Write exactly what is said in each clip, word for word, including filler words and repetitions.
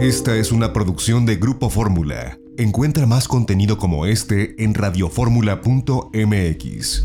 Esta es una producción de Grupo Fórmula. Encuentra más contenido como este en radioformula punto m x.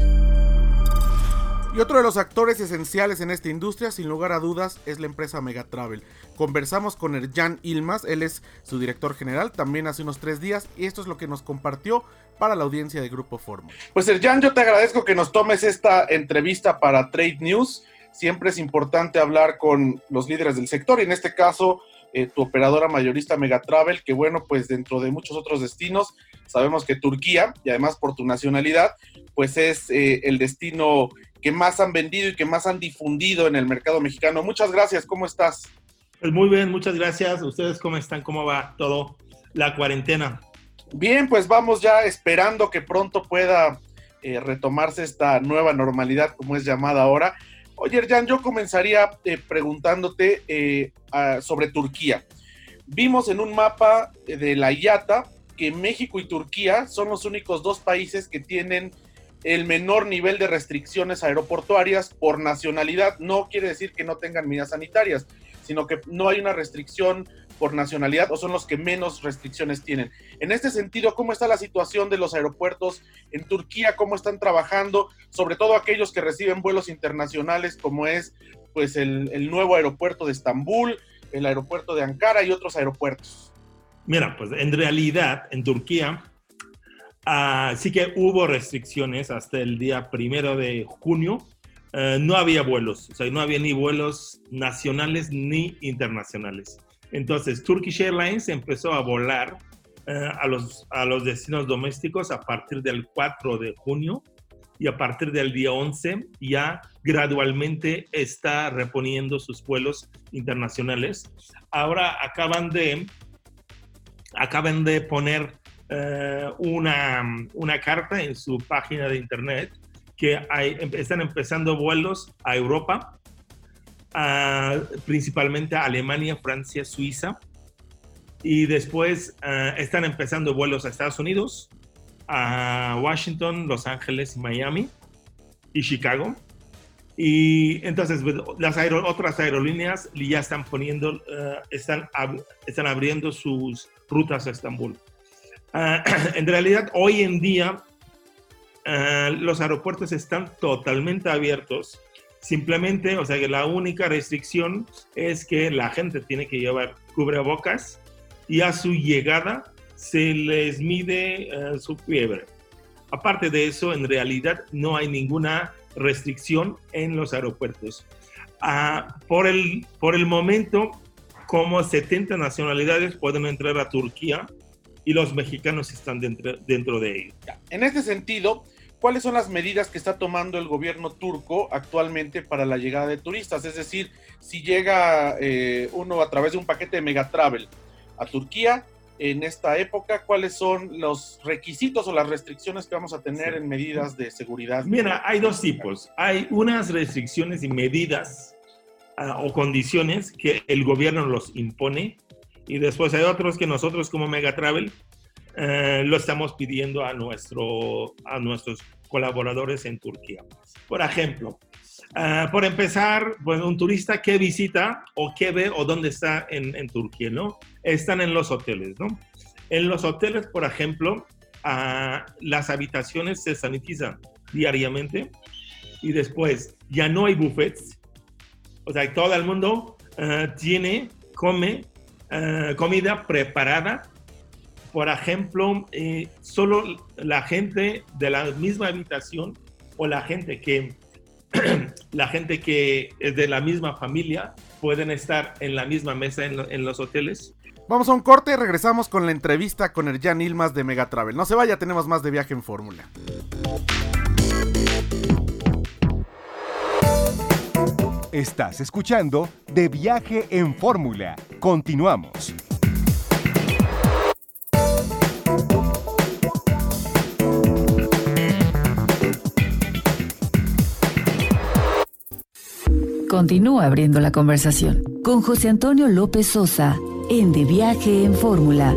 Y otro de los actores esenciales en esta industria, sin lugar a dudas, es la empresa Megatravel. Conversamos con Erjan Yilmaz, él es su director general, también hace unos tres días, y esto es lo que nos compartió para la audiencia de Grupo Fórmula. Pues Erjan, yo te agradezco que nos tomes esta entrevista para Trade News. Siempre es importante hablar con los líderes del sector, y en este caso, eh, tu operadora mayorista Megatravel, que bueno, pues dentro de muchos otros destinos, sabemos que Turquía, y además por tu nacionalidad, pues es eh, el destino que más han vendido y que más han difundido en el mercado mexicano. Muchas gracias, ¿cómo estás? Pues muy bien, muchas gracias. ¿Ustedes cómo están? ¿Cómo va todo la cuarentena? Bien, pues vamos ya esperando que pronto pueda eh, retomarse esta nueva normalidad, como es llamada ahora. Oye, Erjan, yo comenzaría eh, preguntándote eh, uh, sobre Turquía. Vimos en un mapa de la I A T A que México y Turquía son los únicos dos países que tienen el menor nivel de restricciones aeroportuarias por nacionalidad. No quiere decir que no tengan medidas sanitarias, sino que no hay una restricción por nacionalidad, o son los que menos restricciones tienen. En este sentido, ¿cómo está la situación de los aeropuertos en Turquía? ¿Cómo están trabajando? Sobre todo aquellos que reciben vuelos internacionales, como es pues el, el nuevo aeropuerto de Estambul, el aeropuerto de Ankara y otros aeropuertos. Mira, pues en realidad en Turquía Uh, sí que hubo restricciones hasta el día primero de junio. Uh, no había vuelos, o sea, no había ni vuelos nacionales ni internacionales. Entonces, Turkish Airlines empezó a volar uh, a, los, a los destinos domésticos a partir del cuatro de junio, y a partir del día once ya gradualmente está reponiendo sus vuelos internacionales. Ahora acaban de, acaban de poner Uh, una, una carta en su página de internet que hay, están empezando vuelos a Europa, uh, principalmente a Alemania, Francia, Suiza, y después uh, están empezando vuelos a Estados Unidos, a Washington, Los Ángeles, Miami y Chicago. Y entonces las aer- otras aerolíneas ya están poniendo, uh, están, ab- están abriendo sus rutas a Estambul. Uh, en realidad, hoy en día, uh, los aeropuertos están totalmente abiertos. Simplemente, o sea, que la única restricción es que la gente tiene que llevar cubrebocas y a su llegada se les mide uh, su fiebre. Aparte de eso, en realidad no hay ninguna restricción en los aeropuertos. Uh, por el, por el momento, como setenta nacionalidades pueden entrar a Turquía, y los mexicanos están dentro, dentro de ello. En este sentido, ¿cuáles son las medidas que está tomando el gobierno turco actualmente para la llegada de turistas? Es decir, si llega eh, uno a través de un paquete de Megatravel a Turquía, en esta época, ¿cuáles son los requisitos o las restricciones que vamos a tener sí. en medidas de seguridad? Mira, hay dos tipos. Hay unas restricciones y medidas uh, o condiciones que el gobierno los impone, y después hay otros que nosotros como Megatravel eh, lo estamos pidiendo a, nuestro, a nuestros colaboradores en Turquía. Por ejemplo, uh, por empezar, pues un turista que visita o que ve o dónde está en, en Turquía, ¿no? Están en los hoteles, ¿no? En los hoteles, por ejemplo, uh, las habitaciones se sanitizan diariamente, y después ya no hay buffets, o sea, todo el mundo uh, tiene, come, Uh, comida preparada. Por ejemplo, eh, solo la gente de la misma habitación o la gente que la gente que es de la misma familia pueden estar en la misma mesa en, lo, en los hoteles. Vamos a un corte y regresamos con la entrevista con Erjan Yilmaz de Megatravel. No se vaya, tenemos más de Viaje en Fórmula. Estás escuchando De Viaje en Fórmula. Continuamos. Continúa abriendo la conversación con José Antonio López Sosa en De Viaje en Fórmula.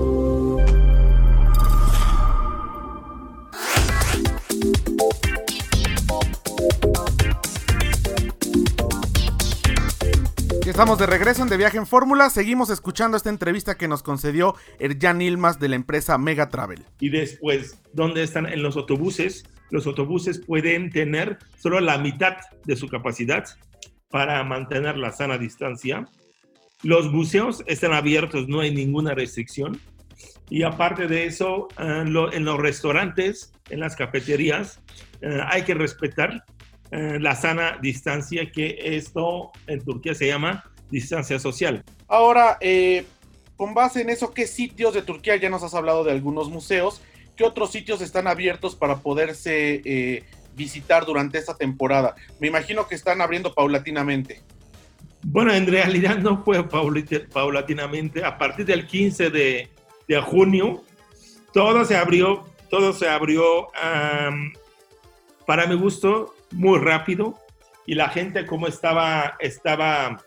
Estamos de regreso en De Viaje en Fórmula. Seguimos escuchando esta entrevista que nos concedió Erjan Yilmaz de la empresa Mega Travel. Y después, ¿dónde están en los autobuses? Los autobuses pueden tener solo la mitad de su capacidad para mantener la sana distancia. Los museos están abiertos, no hay ninguna restricción. Y aparte de eso, eh, lo, en los restaurantes, en las cafeterías, eh, hay que respetar eh, la sana distancia, que esto en Turquía se llama distancia social. Ahora, eh, con base en eso, ¿qué sitios de Turquía? Ya nos has hablado de algunos museos. ¿Qué otros sitios están abiertos para poderse eh, visitar durante esta temporada? Me imagino que están abriendo paulatinamente. Bueno, en realidad no fue paulatinamente. A partir del quince de, de junio, todo se abrió, todo se abrió, um, para mi gusto, muy rápido. Y la gente, como estaba, estaba,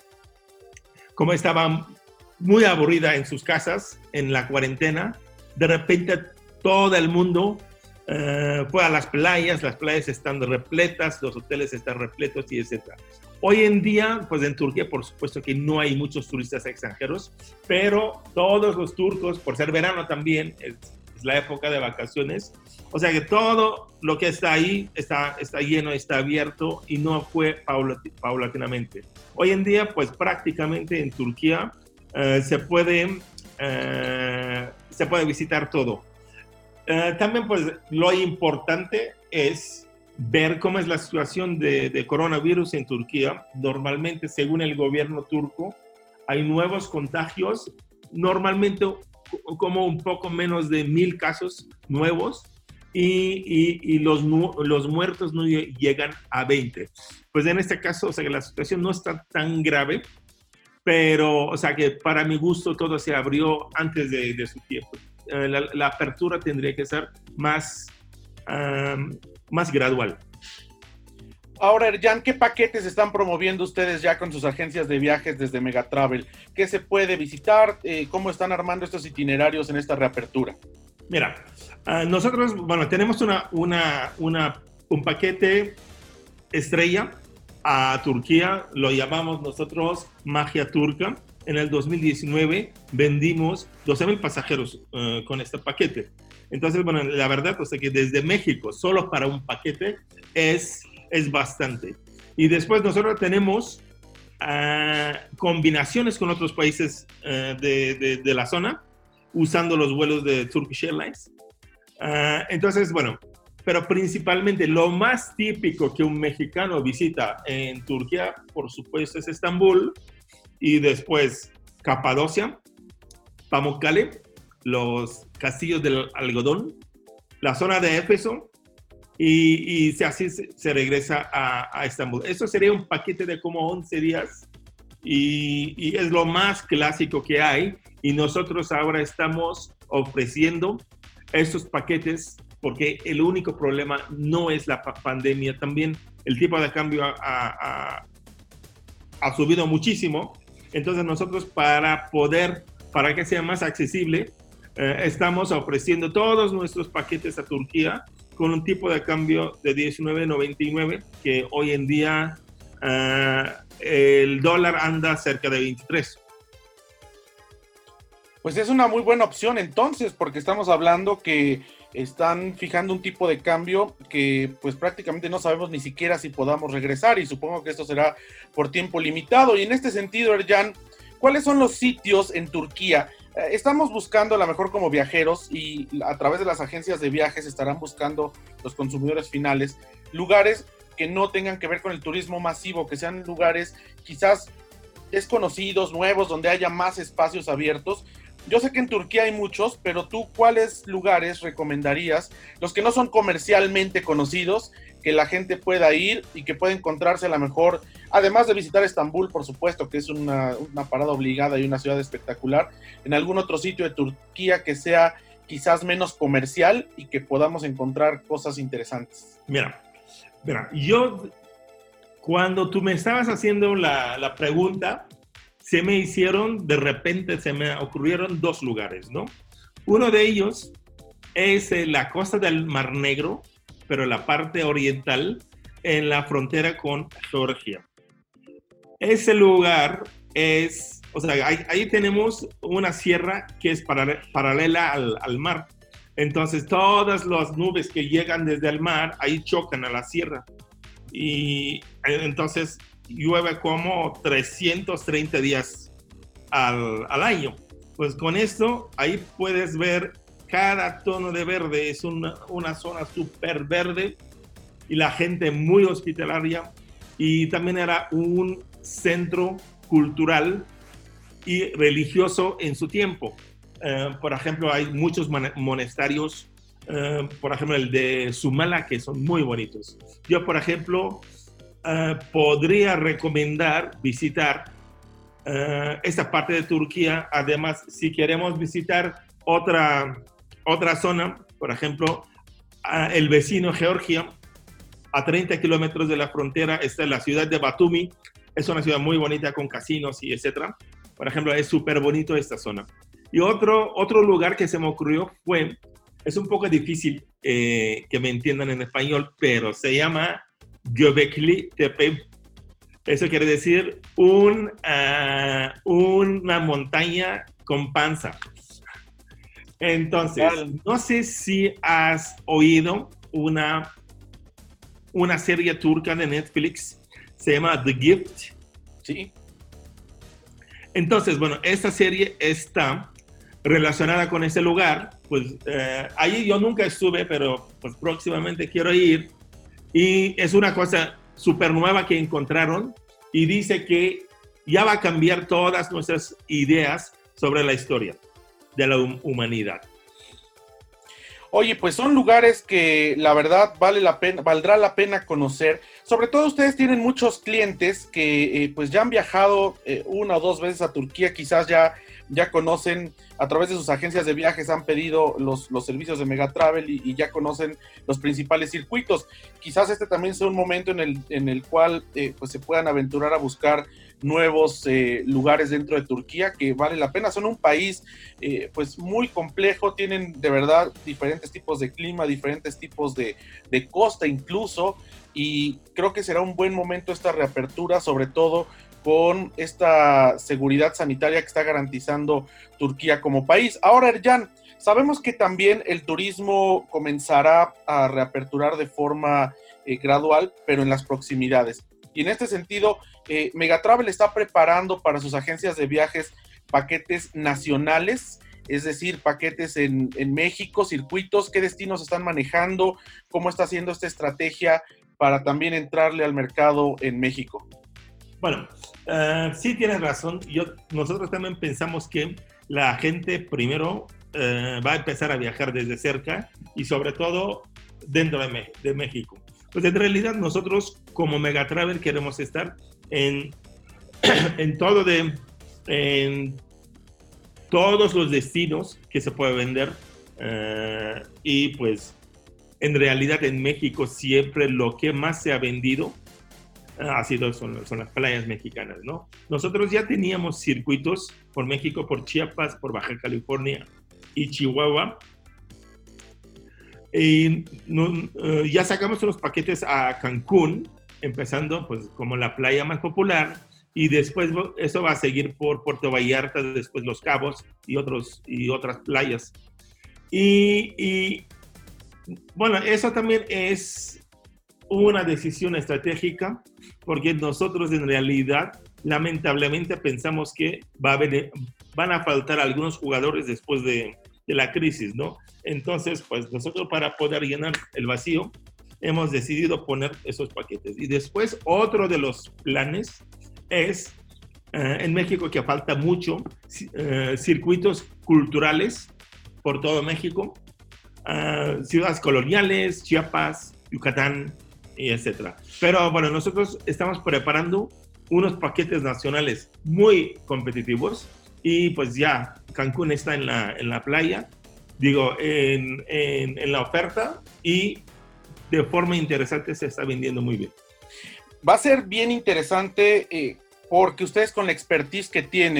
como estaba muy aburrida en sus casas, en la cuarentena, de repente todo el mundo uh, fue a las playas, las playas están repletas, los hoteles están repletos y etcétera. Hoy en día, pues en Turquía, por supuesto que no hay muchos turistas extranjeros, pero todos los turcos, por ser verano también, es, es la época de vacaciones, o sea que todo lo que está ahí está, está lleno, está abierto y no fue paulat- paulatinamente. Hoy en día, pues prácticamente en Turquía uh, se puede, uh, se puede visitar todo. Uh, también pues lo importante es ver cómo es la situación de, de coronavirus en Turquía. Normalmente, según el gobierno turco, hay nuevos contagios, normalmente como un poco menos de mil casos nuevos y, y, y los, los muertos no llegan a veinte. Pues en este caso, o sea que la situación no está tan grave, pero o sea que para mi gusto todo se abrió antes de, de su tiempo. La, la apertura tendría que ser más, um, más gradual. Ahora, Erjan, ¿qué paquetes están promoviendo ustedes ya con sus agencias de viajes desde Mega Travel? ¿Qué se puede visitar? Eh, ¿Cómo están armando estos itinerarios en esta reapertura? Mira, uh, nosotros, bueno, tenemos una, una, una, un paquete estrella a Turquía, lo llamamos nosotros Magia Turca. En el dos mil diecinueve vendimos doce mil pasajeros uh, con este paquete. Entonces, bueno, la verdad, o sea que desde México, solo para un paquete, es, es bastante. Y después nosotros tenemos uh, combinaciones con otros países uh, de, de, de la zona, usando los vuelos de Turkish Airlines. Uh, entonces, bueno, pero principalmente lo más típico que un mexicano visita en Turquía, por supuesto, es Estambul. Y después Capadocia, Pamukkale, los castillos del algodón, la zona de Éfeso, y, y así se, se regresa a, a Estambul. Eso sería un paquete de como once días y, y es lo más clásico que hay. Y nosotros ahora estamos ofreciendo estos paquetes porque el único problema no es la pandemia. También el tipo de cambio ha, ha, ha subido muchísimo. Entonces nosotros para poder, para que sea más accesible, eh, estamos ofreciendo todos nuestros paquetes a Turquía con un tipo de cambio de diecinueve noventa y nueve, que hoy en día uh, el dólar anda cerca de veintitrés. Pues es una muy buena opción entonces, porque estamos hablando que están fijando un tipo de cambio que pues prácticamente no sabemos ni siquiera si podamos regresar, y supongo que esto será por tiempo limitado. Y en este sentido, Erjan, ¿cuáles son los sitios en Turquía? Eh, estamos buscando a lo mejor como viajeros, y a través de las agencias de viajes estarán buscando los consumidores finales lugares que no tengan que ver con el turismo masivo, que sean lugares quizás desconocidos, nuevos, donde haya más espacios abiertos. Yo sé que en Turquía hay muchos, pero tú, ¿cuáles lugares recomendarías, los que no son comercialmente conocidos, que la gente pueda ir y que pueda encontrarse a lo mejor, además de visitar Estambul, por supuesto, que es una, una parada obligada y una ciudad espectacular, en algún otro sitio de Turquía que sea quizás menos comercial y que podamos encontrar cosas interesantes? Mira, mira, yo, cuando tú me estabas haciendo la, la pregunta, se me hicieron, de repente se me ocurrieron dos lugares, ¿no? Uno de ellos es eh, la costa del Mar Negro, pero la parte oriental, en la frontera con Georgia. ese lugar es, o sea, ahí, ahí tenemos una sierra que es para, paralela al, al mar. Entonces, todas las nubes que llegan desde el mar, ahí chocan a la sierra. Y entonces llueve como trescientos treinta días al, al año. Pues con esto, ahí puedes ver cada tono de verde. Es una, una zona súper verde y la gente muy hospitalaria. Y también era un centro cultural y religioso en su tiempo. Uh, por ejemplo, hay muchos monasterios, uh, por ejemplo, el de Sumala, que son muy bonitos. Yo, por ejemplo, uh, podría recomendar visitar uh, esta parte de Turquía. Además, si queremos visitar otra, otra zona, por ejemplo, uh, el vecino Georgia, a treinta kilómetros de la frontera está la ciudad de Batumi. Es una ciudad muy bonita con casinos y etcétera. Por ejemplo, es súper bonito esta zona. Y otro, otro lugar que se me ocurrió fue, es un poco difícil eh, que me entiendan en español, pero se llama Göbekli Tepe. Eso quiere decir un, uh, una montaña con panza. Entonces, no sé si has oído una, una serie turca de Netflix, se llama The Gift. Sí. Entonces, bueno, esta serie está relacionada con ese lugar. Pues eh, allí yo nunca estuve, pero pues próximamente quiero ir. Y es una cosa súper nueva que encontraron y dice que ya va a cambiar todas nuestras ideas sobre la historia de la humanidad. Oye, pues son lugares que la verdad vale la pena, valdrá la pena conocer. Sobre todo ustedes tienen muchos clientes que eh, pues ya han viajado eh, una o dos veces a Turquía, quizás ya, ya conocen a través de sus agencias de viajes, han pedido los, los servicios de Megatravel y, y ya conocen los principales circuitos. Quizás este también sea un momento en el, en el cual eh, pues se puedan aventurar a buscar nuevos eh, lugares dentro de Turquía que vale la pena. Son un país eh, pues muy complejo, tienen de verdad diferentes tipos de clima, diferentes tipos de, de costa incluso, y creo que será un buen momento esta reapertura, sobre todo con esta seguridad sanitaria que está garantizando Turquía como país. Ahora, Ercan, sabemos que también el turismo comenzará a reaperturar de forma eh, gradual, pero en las proximidades. Y en este sentido, eh, Megatravel está preparando para sus agencias de viajes paquetes nacionales, es decir, paquetes en, en México, circuitos. ¿Qué destinos están manejando? ¿Cómo está haciendo esta estrategia para también entrarle al mercado en México? Bueno, uh, sí tienes razón. Yo, nosotros también pensamos que la gente primero uh, va a empezar a viajar desde cerca y sobre todo dentro de, Me- de México. Pues en realidad nosotros como Megatravel queremos estar en, en, todo de, en todos los destinos que se puede vender uh, y pues en realidad en México siempre lo que más se ha vendido ha sido, son, son las playas mexicanas, ¿no? Nosotros ya teníamos circuitos por México, por Chiapas, por Baja California y Chihuahua. Y no, uh, ya sacamos los paquetes a Cancún, empezando pues como la playa más popular, y después eso va a seguir por Puerto Vallarta, después Los Cabos y, otros, y otras playas. Y, y bueno, eso también es una decisión estratégica, porque nosotros en realidad lamentablemente pensamos que va a haber, van a faltar algunos jugadores después de, de la crisis, ¿no? Entonces, pues nosotros para poder llenar el vacío hemos decidido poner esos paquetes. Y después otro de los planes es uh, en México, que falta mucho, uh, circuitos culturales por todo México, uh, ciudades coloniales, Chiapas, Yucatán, y etcétera. Pero bueno, nosotros estamos preparando unos paquetes nacionales muy competitivos y pues ya Cancún está en la, en la playa, digo, en, en, en la oferta, y de forma interesante se está vendiendo muy bien. Va a ser bien interesante eh, porque ustedes con la expertise que tienen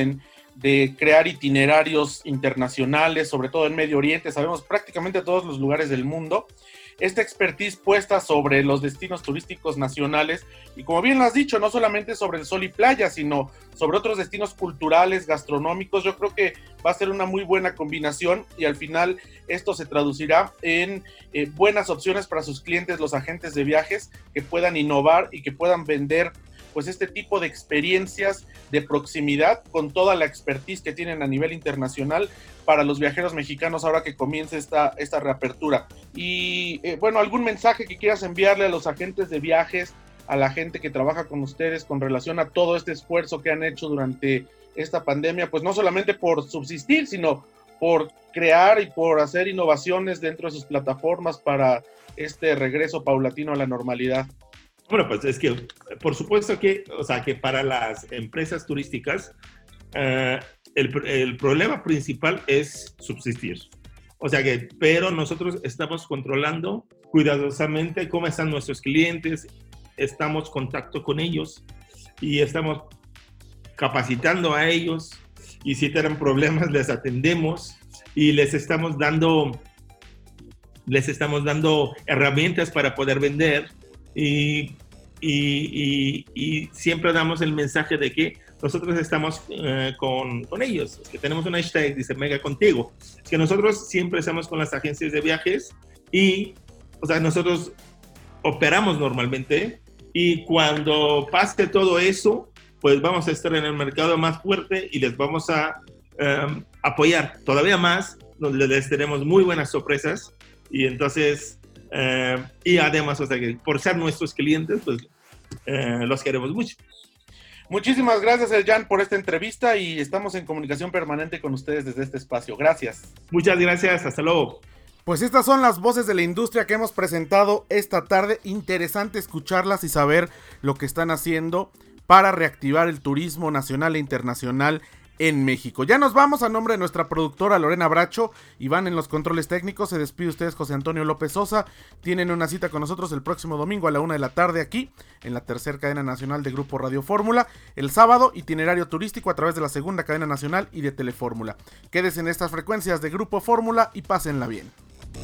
de crear itinerarios internacionales, sobre todo en Medio Oriente, sabemos prácticamente todos los lugares del mundo. Esta expertise puesta sobre los destinos turísticos nacionales y, como bien lo has dicho, no solamente sobre el sol y playa, sino sobre otros destinos culturales, gastronómicos. Yo creo que va a ser una muy buena combinación y al final esto se traducirá en eh, buenas opciones para sus clientes, los agentes de viajes, que puedan innovar y que puedan vender pues este tipo de experiencias de proximidad con toda la expertise que tienen a nivel internacional para los viajeros mexicanos ahora que comience esta, esta reapertura. Y eh, bueno, algún mensaje que quieras enviarle a los agentes de viajes, a la gente que trabaja con ustedes con relación a todo este esfuerzo que han hecho durante esta pandemia, pues no solamente por subsistir, sino por crear y por hacer innovaciones dentro de sus plataformas para este regreso paulatino a la normalidad. Bueno, pues es que, por supuesto que, o sea, que para las empresas turísticas, uh, el, el problema principal es subsistir. O sea que, pero nosotros estamos controlando cuidadosamente cómo están nuestros clientes, estamos en contacto con ellos y estamos capacitando a ellos, y si tienen problemas les atendemos y les estamos dando, les estamos dando herramientas para poder vender. Y, y, y, y siempre damos el mensaje de que nosotros estamos uh, con, con ellos. Es que tenemos un hashtag, dice Mega Contigo. Es que nosotros siempre estamos con las agencias de viajes y, o sea, nosotros operamos normalmente y cuando pase todo eso, pues vamos a estar en el mercado más fuerte y les vamos a um, apoyar todavía más, donde les tenemos muy buenas sorpresas y entonces... Uh, y además, o sea, que por ser nuestros clientes, pues uh, los queremos mucho. Muchísimas gracias, Jan, por esta entrevista y estamos en comunicación permanente con ustedes desde este espacio. Gracias. Muchas gracias, hasta luego. Pues estas son las voces de la industria que hemos presentado esta tarde. Interesante escucharlas y saber lo que están haciendo para reactivar el turismo nacional e internacional en México. Ya nos vamos. A nombre de nuestra productora Lorena Bracho, Iván en los controles técnicos, se despide ustedes José Antonio López Sosa. Tienen una cita con nosotros el próximo domingo a la una de la tarde aquí en la tercera cadena nacional de Grupo Radio Fórmula. El sábado, itinerario turístico a través de la segunda cadena nacional y de Telefórmula. Quédense en estas frecuencias de Grupo Fórmula y pásenla bien.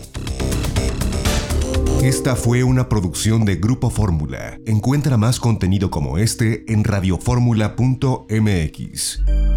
Esta fue una producción de Grupo Fórmula. Encuentra más contenido como este en radioformula punto m x.